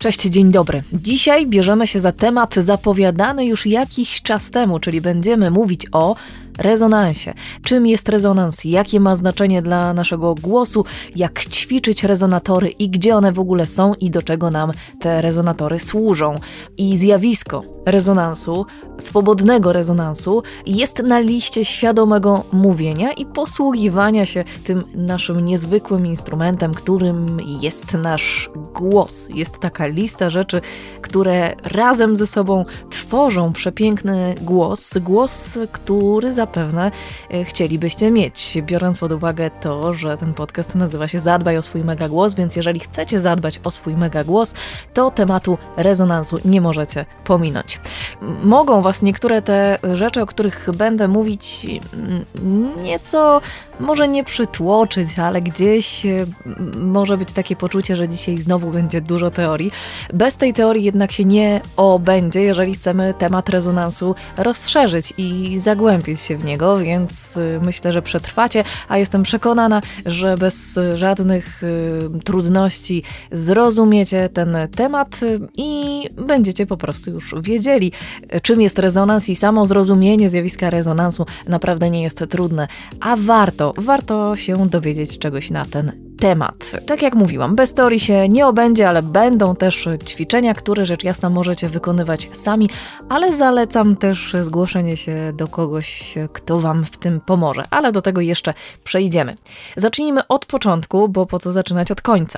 Cześć, dzień dobry. Dzisiaj bierzemy się za temat zapowiadany już jakiś czas temu, czyli będziemy mówić o rezonansie. Czym jest rezonans, jakie ma znaczenie dla naszego głosu, jak ćwiczyć rezonatory i gdzie one w ogóle są i do czego nam te rezonatory służą. I zjawisko rezonansu, swobodnego rezonansu jest na liście świadomego mówienia i posługiwania się tym naszym niezwykłym instrumentem, którym jest nasz głos. Jest taka lista rzeczy, które razem ze sobą tworzą przepiękny głos, który zapewne chcielibyście mieć, biorąc pod uwagę to, że ten podcast nazywa się Zadbaj o swój megagłos, więc jeżeli chcecie zadbać o swój megagłos, to tematu rezonansu nie możecie pominąć. Mogą Was niektóre te rzeczy, o których będę mówić, nieco może nie przytłoczyć, ale gdzieś może być takie poczucie, że dzisiaj znowu będzie dużo teorii. Bez tej teorii jednak się nie obędzie, jeżeli chcemy temat rezonansu rozszerzyć i zagłębić się w niego, więc myślę, że przetrwacie, a jestem przekonana, że bez żadnych trudności zrozumiecie ten temat i będziecie po prostu już wiedzieli, czym jest rezonans i samo zrozumienie zjawiska rezonansu naprawdę nie jest trudne, a warto się dowiedzieć czegoś na ten temat. Tak jak mówiłam, bez teorii się nie obędzie, ale będą też ćwiczenia, które rzecz jasna możecie wykonywać sami, ale zalecam też zgłoszenie się do kogoś, kto Wam w tym pomoże, ale do tego jeszcze przejdziemy. Zacznijmy od początku, bo po co zaczynać od końca?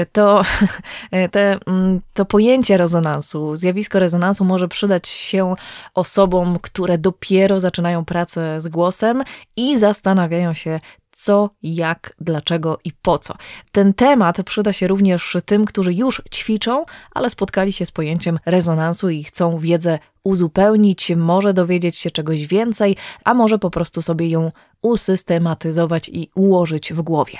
To pojęcie rezonansu, zjawisko rezonansu może przydać się osobom, które dopiero zaczynają pracę z głosem i zastanawiają się, co, jak, dlaczego i po co. Ten temat przyda się również tym, którzy już ćwiczą, ale spotkali się z pojęciem rezonansu i chcą wiedzę uzupełnić, może dowiedzieć się czegoś więcej, a może po prostu sobie ją usystematyzować i ułożyć w głowie.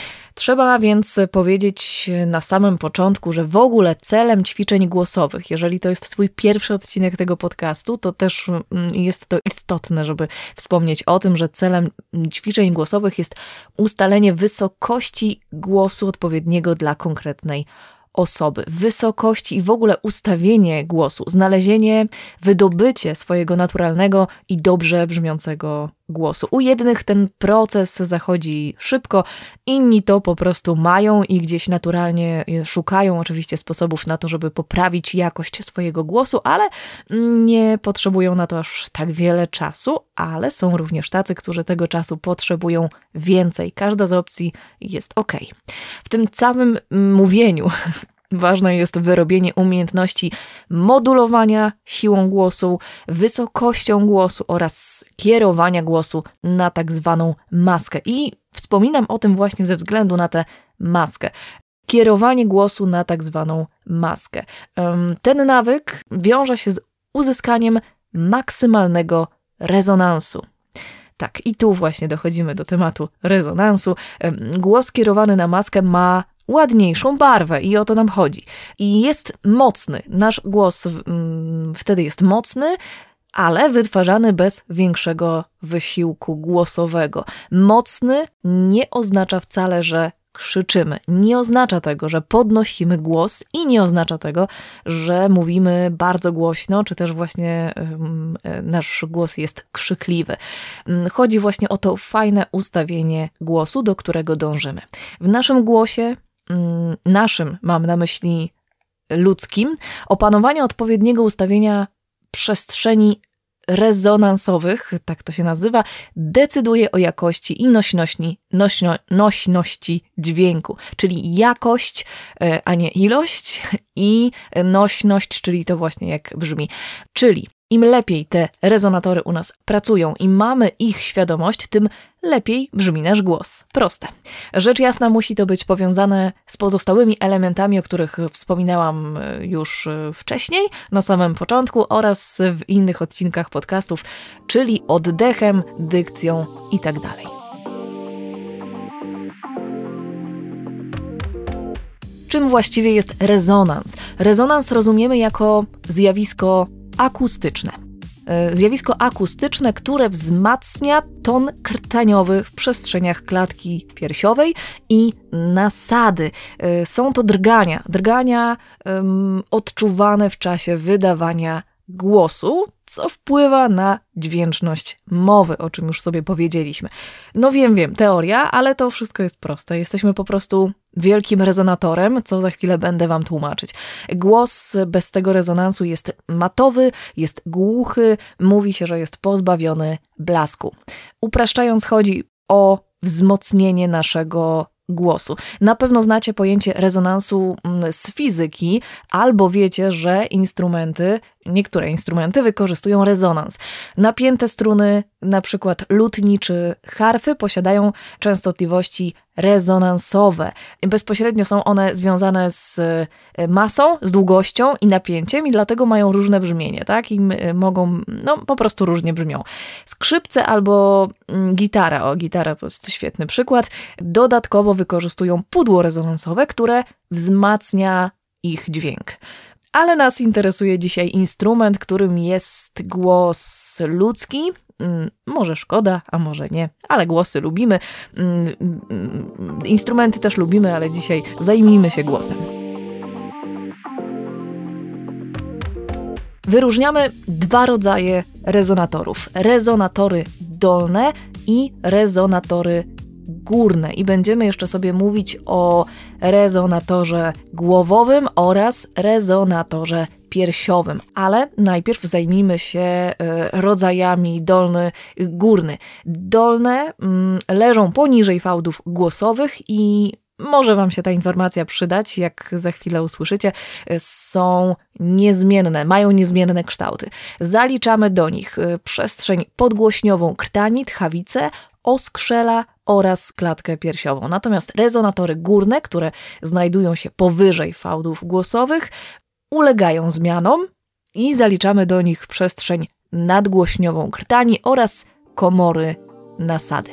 Trzeba więc powiedzieć na samym początku, że w ogóle celem ćwiczeń głosowych, jeżeli to jest Twój pierwszy odcinek tego podcastu, to też jest to istotne, żeby wspomnieć o tym, że celem ćwiczeń głosowych jest ustalenie wysokości głosu odpowiedniego dla konkretnej osoby, wysokości i w ogóle ustawienie głosu, znalezienie, wydobycie swojego naturalnego i dobrze brzmiącego głosu. U jednych ten proces zachodzi szybko, inni to po prostu mają i gdzieś naturalnie szukają oczywiście sposobów na to, żeby poprawić jakość swojego głosu, ale nie potrzebują na to aż tak wiele czasu, ale są również tacy, którzy tego czasu potrzebują więcej. Każda z opcji jest ok. W tym całym mówieniu ważne jest wyrobienie umiejętności modulowania siłą głosu, wysokością głosu oraz kierowania głosu na tak zwaną maskę. I wspominam o tym właśnie ze względu na tę maskę. Kierowanie głosu na tak zwaną maskę. Ten nawyk wiąże się z uzyskaniem maksymalnego rezonansu. Tak, i tu właśnie dochodzimy do tematu rezonansu. Głos kierowany na maskę ma ładniejszą barwę i o to nam chodzi. I jest mocny. Nasz głos wtedy jest mocny, ale wytwarzany bez większego wysiłku głosowego. Mocny nie oznacza wcale, że krzyczymy. Nie oznacza tego, że podnosimy głos i nie oznacza tego, że mówimy bardzo głośno, czy też właśnie nasz głos jest krzykliwy. Chodzi właśnie o to fajne ustawienie głosu, do którego dążymy. W naszym głosie, mam na myśli ludzkim, opanowanie odpowiedniego ustawienia przestrzeni rezonansowych, tak to się nazywa, decyduje o jakości i nośności dźwięku, czyli jakość, a nie ilość, i nośność, czyli to właśnie jak brzmi. Czyli im lepiej te rezonatory u nas pracują i mamy ich świadomość, tym lepiej brzmi nasz głos. Proste. Rzecz jasna, musi to być powiązane z pozostałymi elementami, o których wspominałam już wcześniej, na samym początku oraz w innych odcinkach podcastów, czyli oddechem, dykcją i tak dalej. Czym właściwie jest rezonans? Rezonans rozumiemy jako zjawisko akustyczne. Zjawisko akustyczne, które wzmacnia ton krtaniowy w przestrzeniach klatki piersiowej i nasady. Są to drgania odczuwane w czasie wydawania głosu, co wpływa na dźwięczność mowy, o czym już sobie powiedzieliśmy. No wiem, teoria, ale to wszystko jest proste. Jesteśmy po prostu wielkim rezonatorem, co za chwilę będę wam tłumaczyć. Głos bez tego rezonansu jest matowy, jest głuchy, mówi się, że jest pozbawiony blasku. Upraszczając, chodzi o wzmocnienie naszego głosu. Na pewno znacie pojęcie rezonansu z fizyki, albo wiecie, że niektóre instrumenty wykorzystują rezonans. Napięte struny, na przykład lutni czy harfy, posiadają częstotliwości rezonansowe. Bezpośrednio są one związane z masą, z długością i napięciem i dlatego mają różne brzmienie, tak? I mogą, po prostu różnie brzmią. Skrzypce albo gitara to jest świetny przykład, dodatkowo wykorzystują pudło rezonansowe, które wzmacnia ich dźwięk. Ale nas interesuje dzisiaj instrument, którym jest głos ludzki. Może szkoda, a może nie, ale głosy lubimy. Instrumenty też lubimy, ale dzisiaj zajmijmy się głosem. Wyróżniamy 2 rodzaje rezonatorów. Rezonatory dolne i rezonatory górne. I będziemy jeszcze sobie mówić o rezonatorze głowowym oraz rezonatorze piersiowym. Ale najpierw zajmijmy się rodzajami dolny, górny. Dolne leżą poniżej fałdów głosowych i może wam się ta informacja przydać, jak za chwilę usłyszycie, są niezmienne, mają niezmienne kształty. Zaliczamy do nich przestrzeń podgłośniową krtani, tchawicę, oskrzela oraz klatkę piersiową. Natomiast rezonatory górne, które znajdują się powyżej fałdów głosowych, ulegają zmianom i zaliczamy do nich przestrzeń nadgłośniową krtani oraz komory nasady.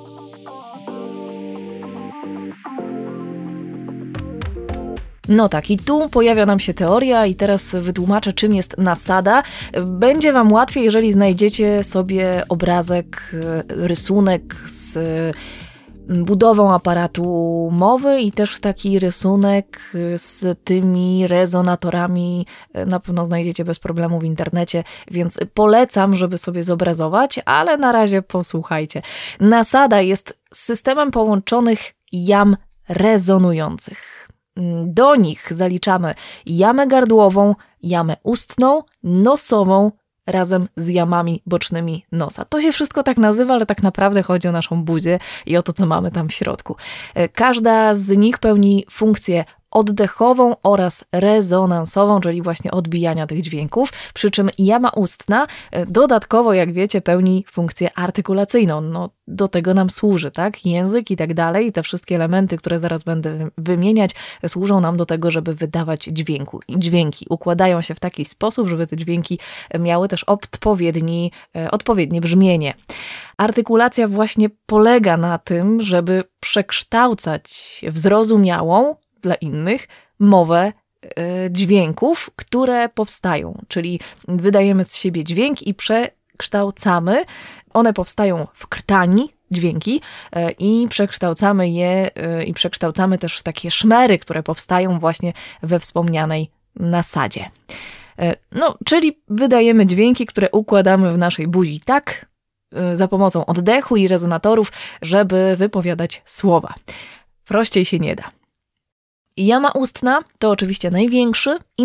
No tak, i tu pojawia nam się teoria i teraz wytłumaczę, czym jest nasada. Będzie wam łatwiej, jeżeli znajdziecie sobie obrazek, rysunek z budową aparatu mowy i też taki rysunek z tymi rezonatorami na pewno znajdziecie bez problemu w internecie, więc polecam, żeby sobie zobrazować, ale na razie posłuchajcie. Nasada jest systemem połączonych jam rezonujących. Do nich zaliczamy jamę gardłową, jamę ustną, nosową, razem z jamami bocznymi nosa. To się wszystko tak nazywa, ale tak naprawdę chodzi o naszą buzię i o to, co mamy tam w środku. Każda z nich pełni funkcję oddechową oraz rezonansową, czyli właśnie odbijania tych dźwięków, przy czym jama ustna dodatkowo, jak wiecie, pełni funkcję artykulacyjną. No, do tego nam służy, tak? Język i tak dalej, i te wszystkie elementy, które zaraz będę wymieniać, służą nam do tego, żeby wydawać dźwięki. Układają się w taki sposób, żeby te dźwięki miały też odpowiednie brzmienie. Artykulacja właśnie polega na tym, żeby przekształcać w zrozumiałą dla innych mowę dźwięków, które powstają, czyli wydajemy z siebie dźwięk i przekształcamy. One powstają w krtani, dźwięki, i przekształcamy je i przekształcamy też takie szmery, które powstają właśnie we wspomnianej nasadzie. No, czyli wydajemy dźwięki, które układamy w naszej buzi tak, za pomocą oddechu i rezonatorów, żeby wypowiadać słowa. Prościej się nie da. Jama ustna to oczywiście największy i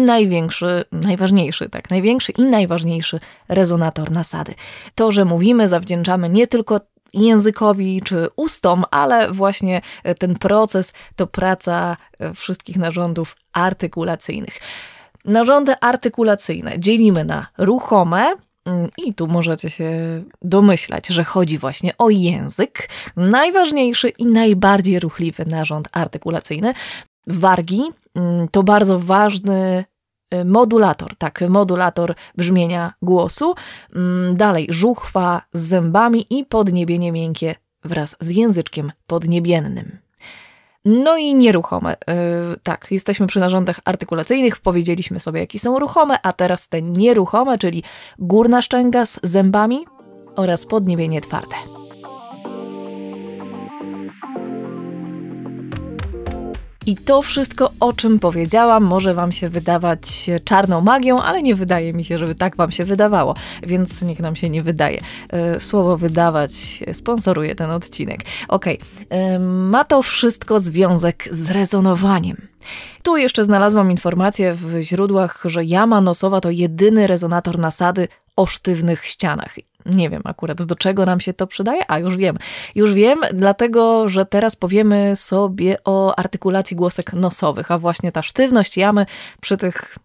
najważniejszy rezonator nasady. To, że mówimy, zawdzięczamy nie tylko językowi czy ustom, ale właśnie ten proces to praca wszystkich narządów artykulacyjnych. Narządy artykulacyjne dzielimy na ruchome, i tu możecie się domyślać, że chodzi właśnie o język, najważniejszy i najbardziej ruchliwy narząd artykulacyjny. Wargi to bardzo ważny modulator brzmienia głosu. Dalej żuchwa z zębami i podniebienie miękkie wraz z języczkiem podniebiennym. No i nieruchome. Tak, jesteśmy przy narządach artykulacyjnych, powiedzieliśmy sobie, jakie są ruchome, a teraz te nieruchome, czyli górna szczęka z zębami oraz podniebienie twarde. I to wszystko, o czym powiedziałam, może Wam się wydawać czarną magią, ale nie wydaje mi się, żeby tak Wam się wydawało, więc niech nam się nie wydaje. Słowo wydawać sponsoruje ten odcinek. Okej, ma to wszystko związek z rezonowaniem. Tu jeszcze znalazłam informację w źródłach, że jama nosowa to jedyny rezonator nasady o sztywnych ścianach. Nie wiem akurat do czego nam się to przydaje, a już wiem, dlatego że teraz powiemy sobie o artykulacji głosek nosowych, a właśnie ta sztywność jamy przy tych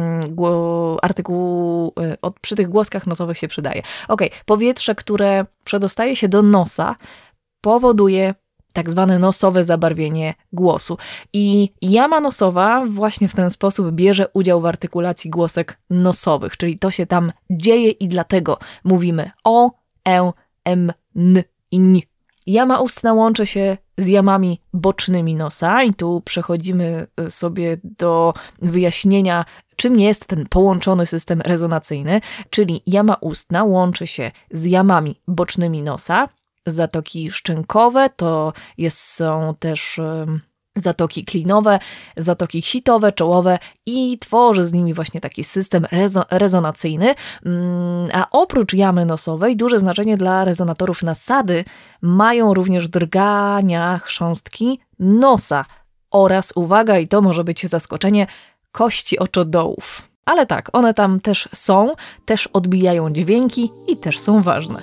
przy tych głoskach nosowych się przydaje. Powietrze, które przedostaje się do nosa, powoduje tak zwane nosowe zabarwienie głosu. I jama nosowa właśnie w ten sposób bierze udział w artykulacji głosek nosowych, czyli to się tam dzieje i dlatego mówimy o, m, n i n. Jama ustna łączy się z jamami bocznymi nosa i tu przechodzimy sobie do wyjaśnienia, czym jest ten połączony system rezonacyjny, czyli jama ustna łączy się z jamami bocznymi nosa. Zatoki szczękowe to są też zatoki klinowe, zatoki sitowe, czołowe i tworzy z nimi właśnie taki system rezonacyjny. A oprócz jamy nosowej duże znaczenie dla rezonatorów nasady mają również drgania chrząstki nosa oraz, uwaga, i to może być zaskoczenie, kości oczodołów. Ale tak, one tam też są, też odbijają dźwięki i też są ważne.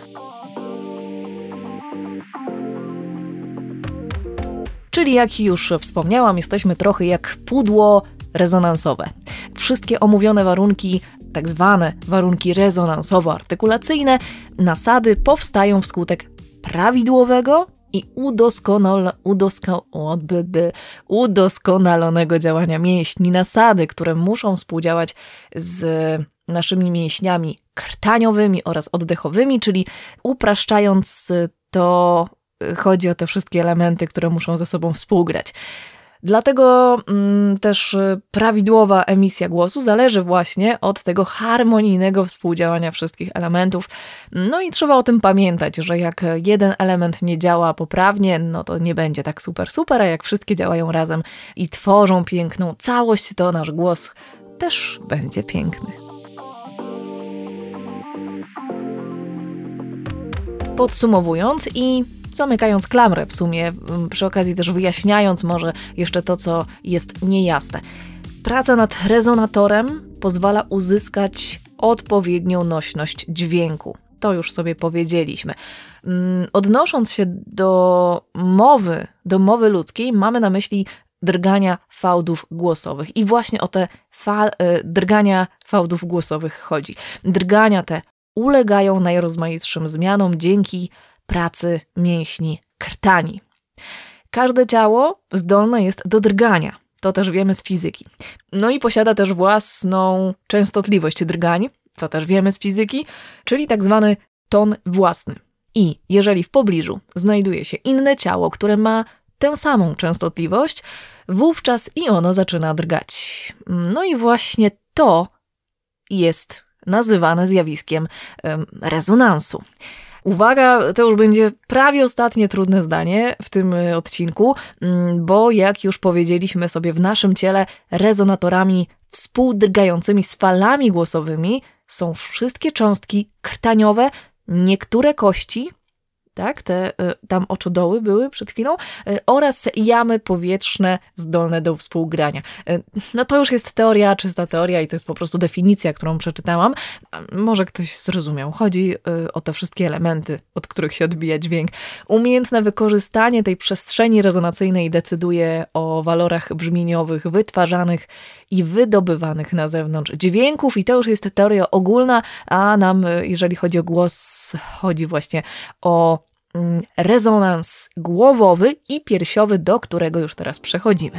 Czyli jak już wspomniałam, jesteśmy trochę jak pudło rezonansowe. Wszystkie omówione warunki, tak zwane warunki rezonansowo-artykulacyjne, nasady powstają wskutek prawidłowego i udoskonalonego działania mięśni nasady, które muszą współdziałać z naszymi mięśniami krtaniowymi oraz oddechowymi, czyli upraszczając to, chodzi o te wszystkie elementy, które muszą ze sobą współgrać. Dlatego też prawidłowa emisja głosu zależy właśnie od tego harmonijnego współdziałania wszystkich elementów. No i trzeba o tym pamiętać, że jak jeden element nie działa poprawnie, no to nie będzie tak super, a jak wszystkie działają razem i tworzą piękną całość, to nasz głos też będzie piękny. Podsumowując i zamykając klamrę w sumie, przy okazji też wyjaśniając może jeszcze to, co jest niejasne. Praca nad rezonatorem pozwala uzyskać odpowiednią nośność dźwięku. To już sobie powiedzieliśmy. Odnosząc się do mowy ludzkiej, mamy na myśli drgania fałdów głosowych. I właśnie o te drgania fałdów głosowych chodzi. Drgania te ulegają najrozmaitszym zmianom dzięki pracy mięśni krtani. Każde ciało zdolne jest do drgania. To też wiemy z fizyki. No i posiada też własną częstotliwość drgań, co też wiemy z fizyki, czyli tak zwany ton własny. I jeżeli w pobliżu znajduje się inne ciało, które ma tę samą częstotliwość, wówczas i ono zaczyna drgać. No i właśnie to jest nazywane zjawiskiem rezonansu. Uwaga, to już będzie prawie ostatnie trudne zdanie w tym odcinku, bo jak już powiedzieliśmy sobie, w naszym ciele rezonatorami współdrgającymi z falami głosowymi są wszystkie cząstki krtaniowe, niektóre kości, tak, te tam oczodoły były przed chwilą, oraz jamy powietrzne zdolne do współgrania. No to już jest teoria, czysta teoria i to jest po prostu definicja, którą przeczytałam. Może ktoś zrozumiał. Chodzi o te wszystkie elementy, od których się odbija dźwięk. Umiejętne wykorzystanie tej przestrzeni rezonacyjnej decyduje o walorach brzmieniowych wytwarzanych i wydobywanych na zewnątrz dźwięków i to już jest teoria ogólna, a nam, jeżeli chodzi o głos, chodzi właśnie o rezonans głowowy i piersiowy, do którego już teraz przechodzimy.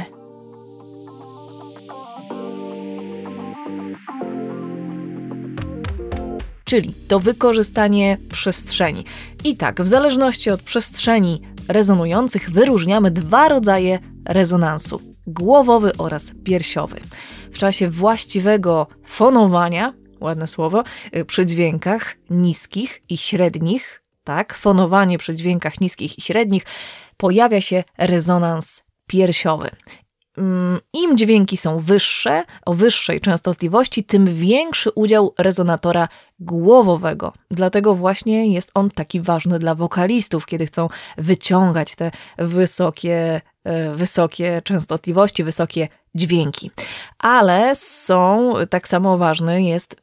Czyli to wykorzystanie przestrzeni. I tak, w zależności od przestrzeni rezonujących wyróżniamy dwa rodzaje rezonansu głowowy oraz piersiowy. W czasie właściwego fonowania, ładne słowo, przy dźwiękach niskich i średnich, tak, fonowanie przy dźwiękach niskich i średnich, pojawia się rezonans piersiowy. Im dźwięki są wyższe, o wyższej częstotliwości, tym większy udział rezonatora głowowego. Dlatego właśnie jest on taki ważny dla wokalistów, kiedy chcą wyciągać te wysokie częstotliwości, wysokie dźwięki. Ale tak samo ważny jest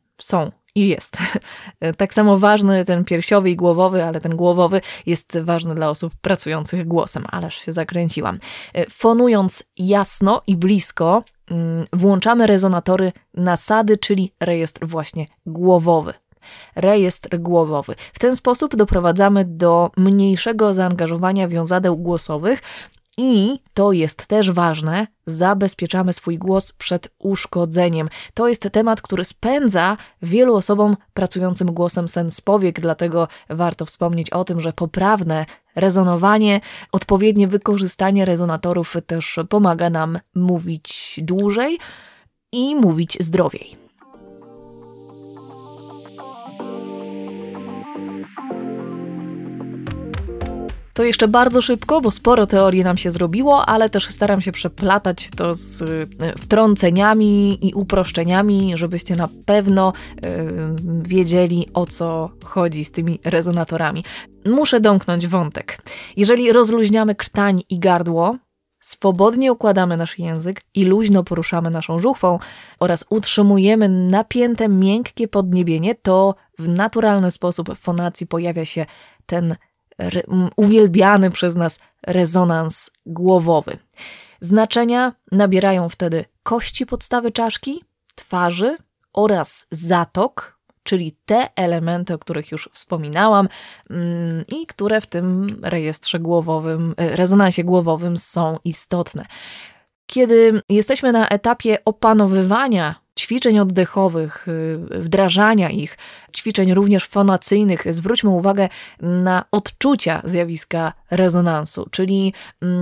tak samo ważny ten piersiowy i głowowy, ale ten głowowy jest ważny dla osób pracujących głosem. Ależ się zakręciłam. Fonując jasno i blisko, włączamy rezonatory nasady, czyli rejestr właśnie głowowy. Rejestr głowowy. W ten sposób doprowadzamy do mniejszego zaangażowania wiązadeł głosowych i to jest też ważne, zabezpieczamy swój głos przed uszkodzeniem. To jest temat, który spędza wielu osobom pracującym głosem sen z powiek, dlatego warto wspomnieć o tym, że poprawne rezonowanie, odpowiednie wykorzystanie rezonatorów też pomaga nam mówić dłużej i mówić zdrowiej. To jeszcze bardzo szybko, bo sporo teorii nam się zrobiło, ale też staram się przeplatać to z wtrąceniami i uproszczeniami, żebyście na pewno wiedzieli, o co chodzi z tymi rezonatorami. Muszę domknąć wątek. Jeżeli rozluźniamy krtań i gardło, swobodnie układamy nasz język i luźno poruszamy naszą żuchwą oraz utrzymujemy napięte, miękkie podniebienie, to w naturalny sposób w fonacji pojawia się ten uwielbiany przez nas rezonans głowowy. Znaczenia nabierają wtedy kości podstawy czaszki, twarzy oraz zatok, czyli te elementy, o których już wspominałam i które w tym rejestrze głowowym, rezonansie głowowym są istotne. Kiedy jesteśmy na etapie opanowywania ćwiczeń oddechowych, wdrażania ich, ćwiczeń również fonacyjnych, zwróćmy uwagę na odczucia zjawiska rezonansu, czyli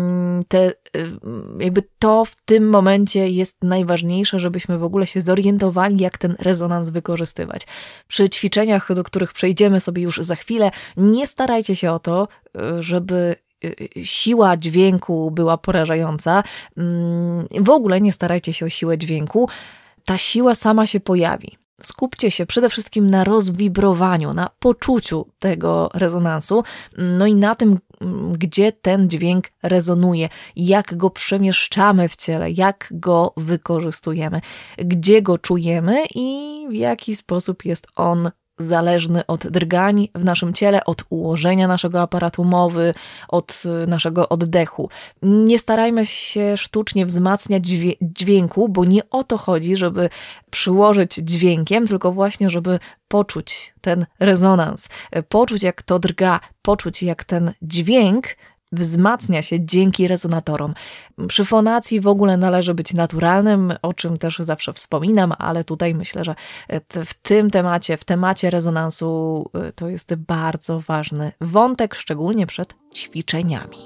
to w tym momencie jest najważniejsze, żebyśmy w ogóle się zorientowali, jak ten rezonans wykorzystywać. Przy ćwiczeniach, do których przejdziemy sobie już za chwilę, nie starajcie się o to, żeby siła dźwięku była porażająca. W ogóle nie starajcie się o siłę dźwięku. Ta siła sama się pojawi. Skupcie się przede wszystkim na rozwibrowaniu, na poczuciu tego rezonansu, no i na tym, gdzie ten dźwięk rezonuje, jak go przemieszczamy w ciele, jak go wykorzystujemy, gdzie go czujemy i w jaki sposób jest on zależny od drgań w naszym ciele, od ułożenia naszego aparatu mowy, od naszego oddechu. Nie starajmy się sztucznie wzmacniać dźwięku, bo nie o to chodzi, żeby przyłożyć dźwiękiem, tylko właśnie, żeby poczuć ten rezonans, poczuć jak to drga, poczuć jak ten dźwięk wzmacnia się dzięki rezonatorom. Przy fonacji w ogóle należy być naturalnym, o czym też zawsze wspominam, ale tutaj myślę, że w temacie rezonansu to jest bardzo ważny wątek, szczególnie przed ćwiczeniami.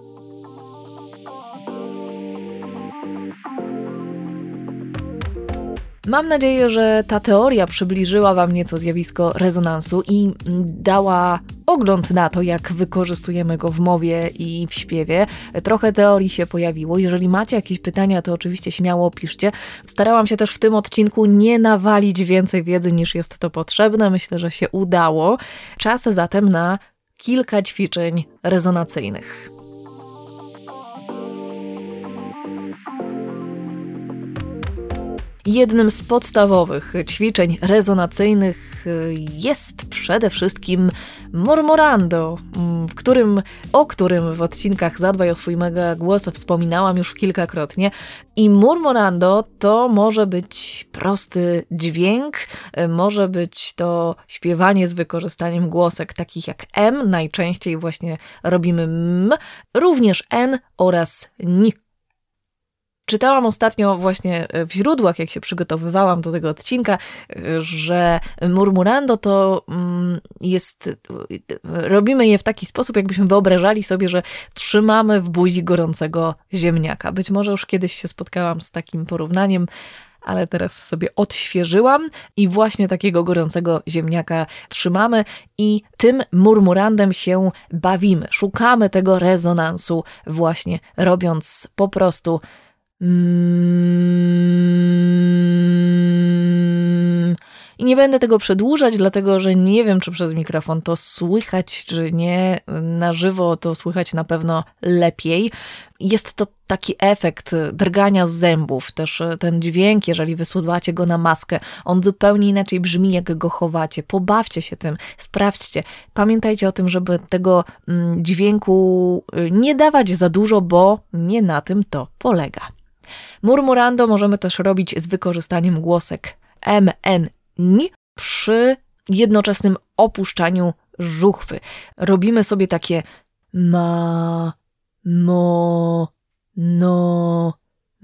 Mam nadzieję, że ta teoria przybliżyła Wam nieco zjawisko rezonansu i dała ogląd na to, jak wykorzystujemy go w mowie i w śpiewie. Trochę teorii się pojawiło. Jeżeli macie jakieś pytania, to oczywiście śmiało piszcie. Starałam się też w tym odcinku nie nawalić więcej wiedzy, niż jest to potrzebne. Myślę, że się udało. Czas zatem na kilka ćwiczeń rezonacyjnych. Jednym z podstawowych ćwiczeń rezonacyjnych jest przede wszystkim mormorando, o którym w odcinkach Zadbaj o swój mega głos wspominałam już kilkakrotnie. I mormorando to może być prosty dźwięk, może być to śpiewanie z wykorzystaniem głosek takich jak M, najczęściej właśnie robimy M, również N oraz N. Czytałam ostatnio właśnie w źródłach, jak się przygotowywałam do tego odcinka, że murmurando to robimy je w taki sposób, jakbyśmy wyobrażali sobie, że trzymamy w buzi gorącego ziemniaka. Być może już kiedyś się spotkałam z takim porównaniem, ale teraz sobie odświeżyłam i właśnie takiego gorącego ziemniaka trzymamy i tym murmurandem się bawimy. Szukamy tego rezonansu właśnie robiąc po prostu I nie będę tego przedłużać, dlatego że nie wiem, czy przez mikrofon to słychać, czy nie. Na żywo to słychać na pewno lepiej. Jest to taki efekt drgania zębów, też ten dźwięk, jeżeli wysuwacie go na maskę, on zupełnie inaczej brzmi, jak go chowacie. Pobawcie się tym, sprawdźcie. Pamiętajcie o tym, żeby tego dźwięku nie dawać za dużo, bo nie na tym to polega. Murmurando możemy też robić z wykorzystaniem głosek MN przy jednoczesnym opuszczaniu żuchwy. Robimy sobie takie ma, mo, no,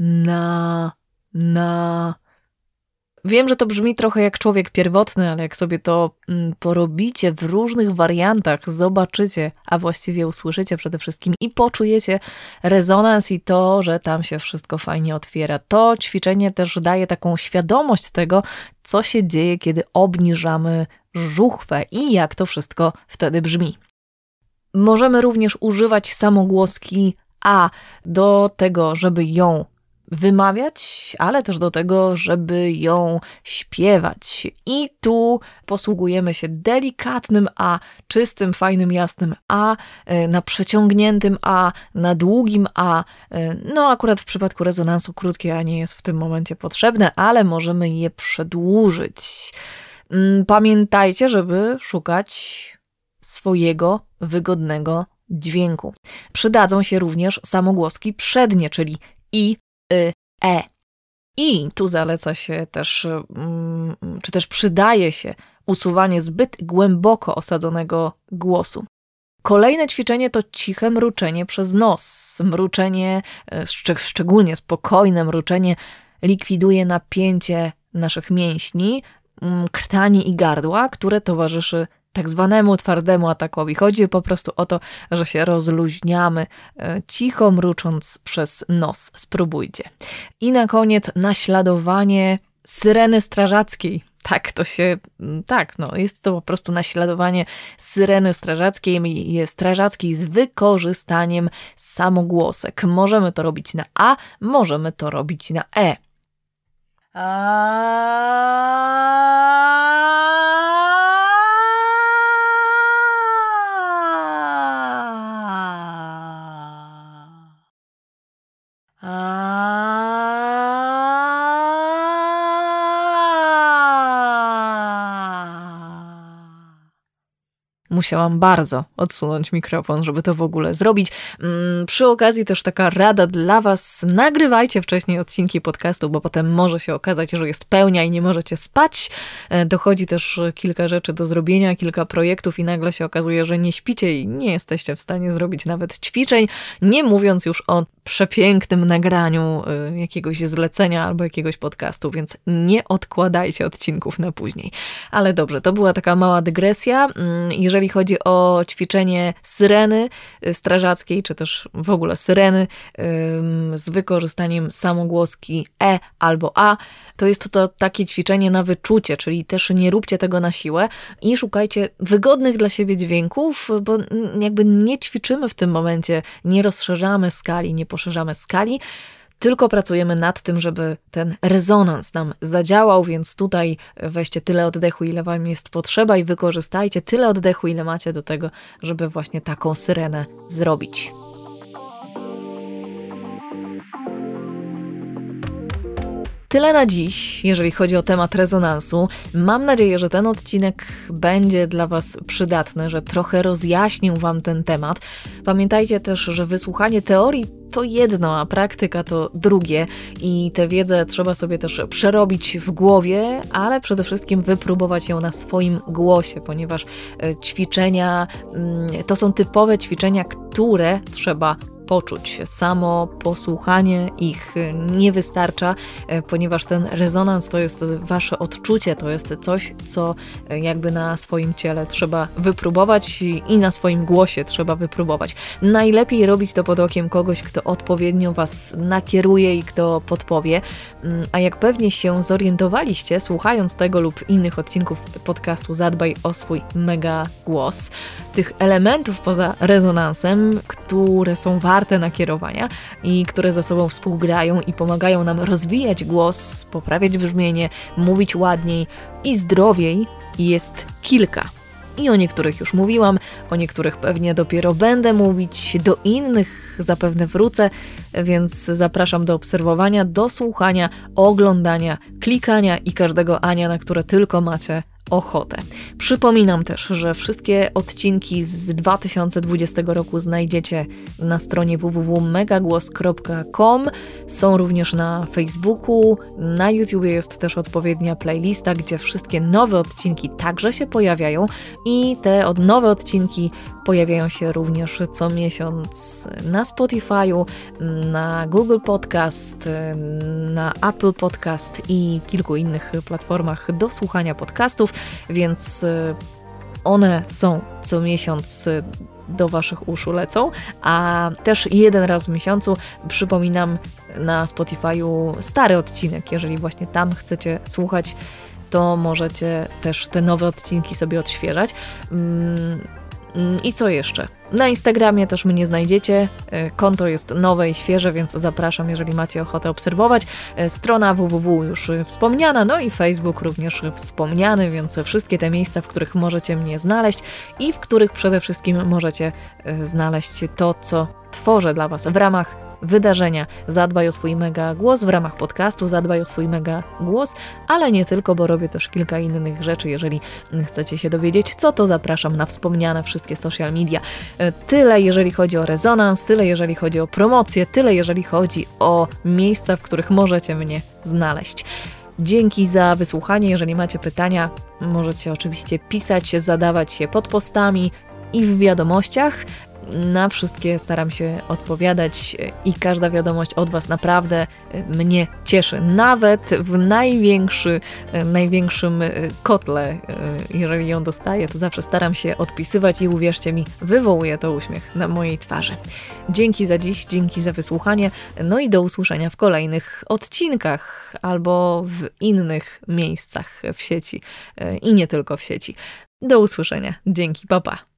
na. Wiem, że to brzmi trochę jak człowiek pierwotny, ale jak sobie to porobicie w różnych wariantach, zobaczycie, a właściwie usłyszycie przede wszystkim i poczujecie rezonans i to, że tam się wszystko fajnie otwiera. To ćwiczenie też daje taką świadomość tego, co się dzieje, kiedy obniżamy żuchwę i jak to wszystko wtedy brzmi. Możemy również używać samogłoski A do tego, żeby ją wymawiać, ale też do tego, żeby ją śpiewać. I tu posługujemy się delikatnym A, czystym, fajnym, jasnym A, na przeciągniętym A, na długim A. No akurat w przypadku rezonansu krótkie A nie jest w tym momencie potrzebne, ale możemy je przedłużyć. Pamiętajcie, żeby szukać swojego wygodnego dźwięku. Przydadzą się również samogłoski przednie, czyli I, E. I tu zaleca się też, czy też przydaje się usuwanie zbyt głęboko osadzonego głosu. Kolejne ćwiczenie to ciche mruczenie przez nos. Mruczenie, szczególnie spokojne mruczenie, likwiduje napięcie naszych mięśni, krtani i gardła, które towarzyszy tak zwanemu twardemu atakowi. Chodzi po prostu o to, że się rozluźniamy, cicho mrucząc przez nos. Spróbujcie. I na koniec naśladowanie syreny strażackiej. Jest to po prostu naśladowanie syreny strażackiej z wykorzystaniem samogłosek. Możemy to robić na A, możemy to robić na E. Musiałam bardzo odsunąć mikrofon, żeby to w ogóle zrobić. Przy okazji też taka rada dla Was. Nagrywajcie wcześniej odcinki podcastu, bo potem może się okazać, że jest pełnia i nie możecie spać. Dochodzi też kilka rzeczy do zrobienia, kilka projektów i nagle się okazuje, że nie śpicie i nie jesteście w stanie zrobić nawet ćwiczeń, nie mówiąc już o przepięknym nagraniu jakiegoś zlecenia albo jakiegoś podcastu, więc nie odkładajcie odcinków na później. Ale dobrze, to była taka mała dygresja. Jeżeli chodzi o ćwiczenie syreny strażackiej, czy też w ogóle syreny z wykorzystaniem samogłoski E albo A, to jest to takie ćwiczenie na wyczucie, czyli też nie róbcie tego na siłę i szukajcie wygodnych dla siebie dźwięków, bo jakby nie ćwiczymy w tym momencie, nie rozszerzamy skali, nie poszerzamy skali, tylko pracujemy nad tym, żeby ten rezonans nam zadziałał, więc tutaj weźcie tyle oddechu, ile Wam jest potrzeba i wykorzystajcie tyle oddechu, ile macie do tego, żeby właśnie taką syrenę zrobić. Tyle na dziś, jeżeli chodzi o temat rezonansu. Mam nadzieję, że ten odcinek będzie dla Was przydatny, że trochę rozjaśnił Wam ten temat. Pamiętajcie też, że wysłuchanie teorii to jedno, a praktyka to drugie i tę wiedzę trzeba sobie też przerobić w głowie, ale przede wszystkim wypróbować ją na swoim głosie, ponieważ ćwiczenia to są typowe ćwiczenia, które trzeba poczuć. Samo posłuchanie ich nie wystarcza, ponieważ ten rezonans to jest wasze odczucie, to jest coś, co jakby na swoim ciele trzeba wypróbować i na swoim głosie trzeba wypróbować. Najlepiej robić to pod okiem kogoś, kto odpowiednio was nakieruje i kto podpowie. A jak pewnie się zorientowaliście, słuchając tego lub innych odcinków podcastu Zadbaj o swój mega głos, tych elementów poza rezonansem, które są warte nakierowania i które ze sobą współgrają i pomagają nam rozwijać głos, poprawiać brzmienie, mówić ładniej i zdrowiej, jest kilka. I o niektórych już mówiłam, o niektórych pewnie dopiero będę mówić, do innych zapewne wrócę, więc zapraszam do obserwowania, do słuchania, oglądania, klikania i każdego ania, na które tylko macie ochotę. Przypominam też, że wszystkie odcinki z 2020 roku znajdziecie na stronie www.megagłos.com. Są również na Facebooku, na YouTubie jest też odpowiednia playlista, gdzie wszystkie nowe odcinki także się pojawiają i te nowe odcinki pojawiają się również co miesiąc na Spotify'u, na Google Podcast, na Apple Podcast i kilku innych platformach do słuchania podcastów, więc one są co miesiąc do waszych uszu lecą, a też jeden raz w miesiącu przypominam na Spotify'u stary odcinek. Jeżeli właśnie tam chcecie słuchać, to możecie też te nowe odcinki sobie odświeżać. I co jeszcze? Na Instagramie też mnie znajdziecie. Konto jest nowe i świeże, więc zapraszam, jeżeli macie ochotę obserwować. Strona www już wspomniana, no i Facebook również wspomniany, więc wszystkie te miejsca, w których możecie mnie znaleźć i w których przede wszystkim możecie znaleźć to, co tworzę dla was w ramach wydarzenia Zadbaj o swój mega głos, w ramach podcastu Zadbaj o swój mega głos, ale nie tylko, bo robię też kilka innych rzeczy. Jeżeli chcecie się dowiedzieć, co to, zapraszam na wspomniane wszystkie social media. Tyle jeżeli chodzi o rezonans, tyle jeżeli chodzi o promocję, tyle jeżeli chodzi o miejsca, w których możecie mnie znaleźć. Dzięki za wysłuchanie. Jeżeli macie pytania, możecie oczywiście pisać, zadawać je pod postami i w wiadomościach. Na wszystkie staram się odpowiadać i każda wiadomość od was naprawdę mnie cieszy. Nawet w największym kotle, jeżeli ją dostaję, to zawsze staram się odpisywać i uwierzcie mi, wywołuje to uśmiech na mojej twarzy. Dzięki za dziś, dzięki za wysłuchanie, no i do usłyszenia w kolejnych odcinkach albo w innych miejscach w sieci i nie tylko w sieci. Do usłyszenia. Dzięki, pa pa.